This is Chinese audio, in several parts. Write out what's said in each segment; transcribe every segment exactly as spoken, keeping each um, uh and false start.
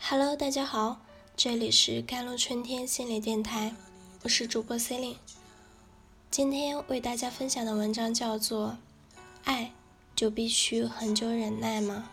Hello， 大家好，这里是甘露春天心理电台，我是主播 Celine。今天为大家分享的文章叫做《爱就必须很久忍耐吗？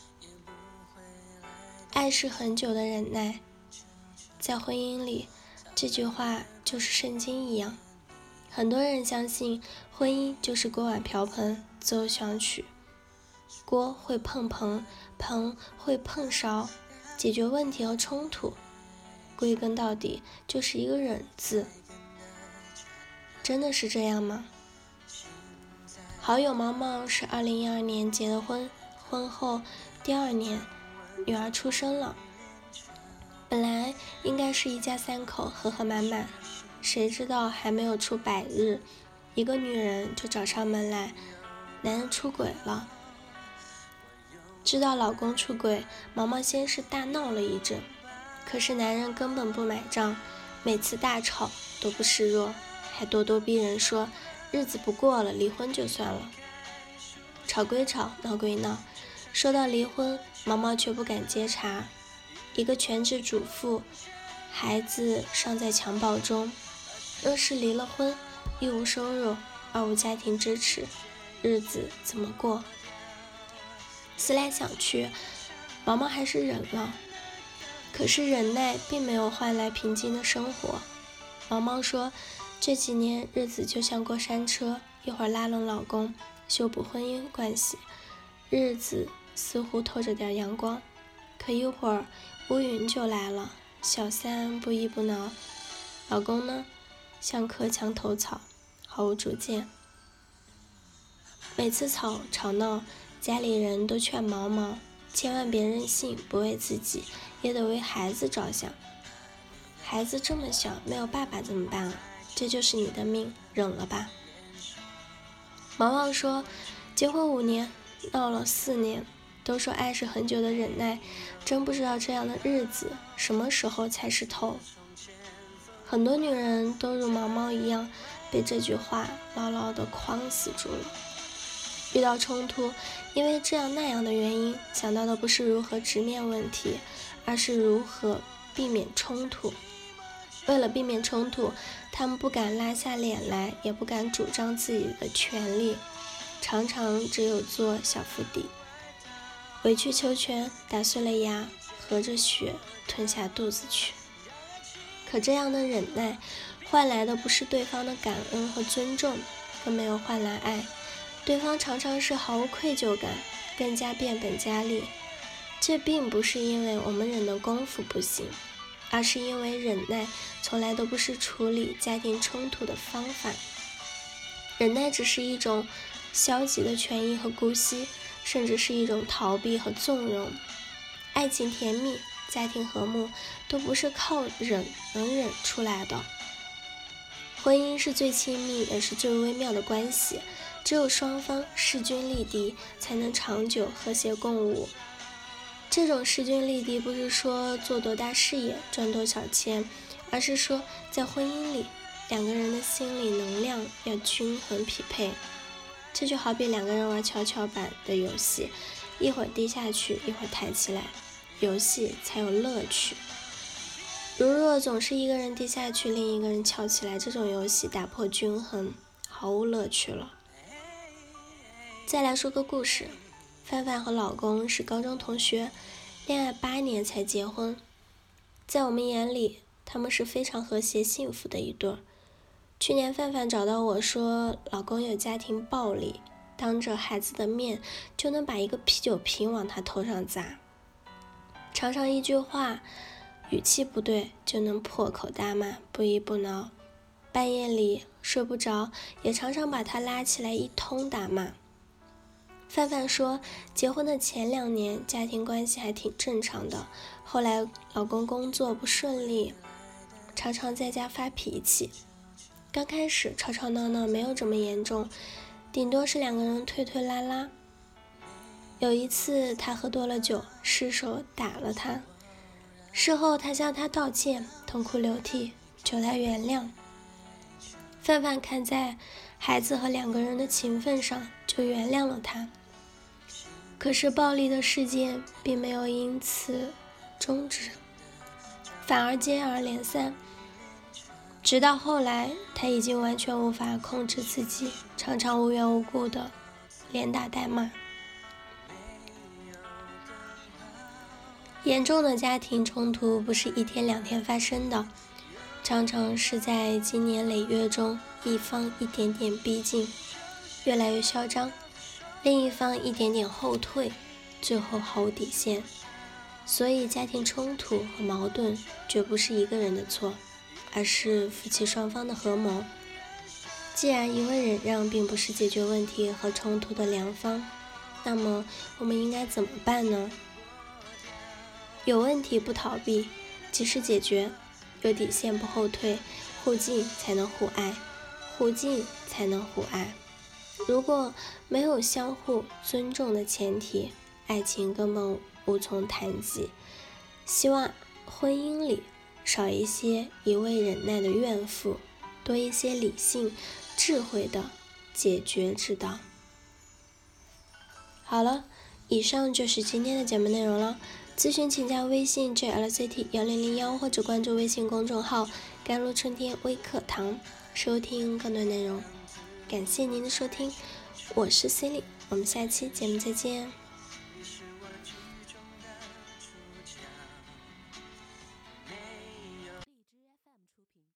爱是很久的忍耐。》在婚姻里，这句话就是圣经一样。很多人相信婚姻就是锅碗瓢盆、奏响曲，锅会碰盆，盆会碰烧，解决问题和冲突，归根到底就是一个忍字。真的是这样吗？好友毛毛是二零一二年结的婚，婚后第二年女儿出生了。本来应该是一家三口和和满满，谁知道还没有出百日，一个女人就找上门来，男人出轨了。知道老公出轨，毛毛先是大闹了一阵，可是男人根本不买账，每次大吵都不示弱，还咄咄逼人说日子不过了，离婚就算了。吵归吵，闹归闹，说到离婚，毛毛却不敢接茬。一个全职主妇，孩子尚在襁褓中，若是离了婚，一无收入，二无家庭支持，日子怎么过？思来想去，毛毛还是忍了。可是忍耐并没有换来平静的生活。毛毛说，这几年日子就像过山车，一会儿拉拢老公，修补婚姻关系，日子似乎透着点阳光，可一会儿乌云就来了，小三不依不挠，老公呢，像棵墙头草，毫无主见。每次吵吵闹，家里人都劝毛毛千万别任性，不为自己也得为孩子着想。孩子这么小，没有爸爸怎么办啊？这就是你的命，忍了吧。毛毛说，结婚五年，闹了四年，都说爱是很久的忍耐，真不知道这样的日子什么时候才是头。很多女人都如毛毛一样，被这句话牢牢地框死住了。遇到冲突，因为这样那样的原因，想到的不是如何直面问题，而是如何避免冲突。为了避免冲突，他们不敢拉下脸来，也不敢主张自己的权利，常常只有做小腹地，委曲求全，打碎了牙，合着血吞下肚子去。可这样的忍耐，换来的不是对方的感恩和尊重，更没有换来爱。对方常常是毫无愧疚感，更加变本加厉。这并不是因为我们忍的功夫不行，而是因为忍耐从来都不是处理家庭冲突的方法。忍耐只是一种消极的权益和姑息，甚至是一种逃避和纵容。爱情甜蜜，家庭和睦，都不是靠忍能忍出来的。婚姻是最亲密也是最微妙的关系，只有双方势均力敌，才能长久和谐共舞。这种势均力敌不是说做多大事业赚多少钱，而是说在婚姻里，两个人的心理能量要均衡匹配。这就好比两个人玩跷跷板的游戏，一会儿低下去，一会儿抬起来，游戏才有乐趣。如若总是一个人低下去，另一个人翘起来，这种游戏打破均衡，毫无乐趣了。再来说个故事，范范和老公是高中同学，恋爱八年才结婚。在我们眼里，他们是非常和谐幸福的一对。去年范范找到我说，老公有家庭暴力，当着孩子的面就能把一个啤酒瓶往他头上砸，常常一句话语气不对就能破口大骂，不依不挠，半夜里睡不着也常常把他拉起来一通打骂。范范说，结婚的前两年家庭关系还挺正常的，后来老公工作不顺利，常常在家发脾气。刚开始吵吵闹闹没有这么严重，顶多是两个人推推拉拉。有一次他喝多了酒，失手打了他，事后他向他道歉，痛哭流涕，求他原谅。范范看在孩子和两个人的情分上，就原谅了他。可是暴力的事件并没有因此终止，反而接二连三，直到后来他已经完全无法控制自己，常常无缘无故的连打带骂。严重的家庭冲突不是一天两天发生的，常常是在经年累月中，一方一点点逼近，越来越嚣张，另一方一点点后退，最后毫无底线。所以家庭冲突和矛盾绝不是一个人的错，而是夫妻双方的合谋。既然一味忍让并不是解决问题和冲突的良方，那么我们应该怎么办呢？有问题不逃避，及时解决；有底线不后退，互敬才能互爱，互敬才能互爱。如果没有相互尊重的前提，爱情根本无从谈及。希望婚姻里少一些一味忍耐的怨妇，多一些理性智慧的解决之道。好了，以上就是今天的节目内容了。咨询请加微信 J L C T 一零零一 或者关注微信公众号甘露春天微课堂，收听更多内容。感谢您的收听，我是 Cindy， 我们下期节目再见。